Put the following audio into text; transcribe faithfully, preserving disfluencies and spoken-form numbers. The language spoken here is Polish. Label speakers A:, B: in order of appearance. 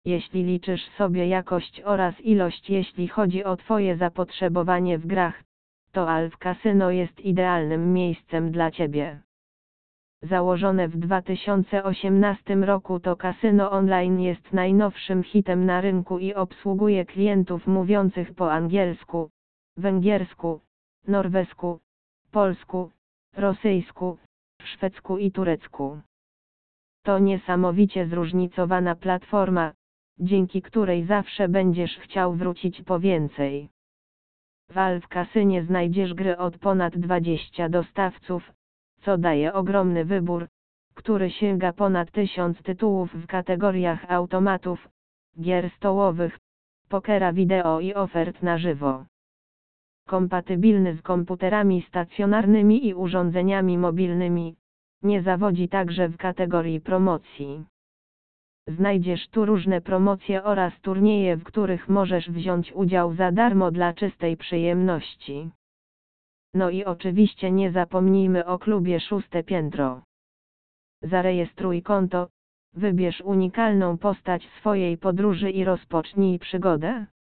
A: Jeśli liczysz sobie jakość oraz ilość, jeśli chodzi o Twoje zapotrzebowanie w grach, to Alf Casino jest idealnym miejscem dla Ciebie. Założone w dwa tysiące osiemnastym roku, to kasyno online jest najnowszym hitem na rynku i obsługuje klientów mówiących po angielsku, węgiersku, norwesku, polsku, rosyjsku, szwedzku i turecku. To niesamowicie zróżnicowana platforma, dzięki której zawsze będziesz chciał wrócić po więcej. W Alf Kasynie znajdziesz gry od ponad dwudziestu dostawców, co daje ogromny wybór, który sięga ponad tysiąc tytułów w kategoriach automatów, gier stołowych, pokera wideo i ofert na żywo. Kompatybilny z komputerami stacjonarnymi i urządzeniami mobilnymi, nie zawodzi także w kategorii promocji. Znajdziesz tu różne promocje oraz turnieje, w których możesz wziąć udział za darmo dla czystej przyjemności. No i oczywiście nie zapomnijmy o klubie Szóste Piętro. Zarejestruj konto, wybierz unikalną postać swojej podróży i rozpocznij przygodę.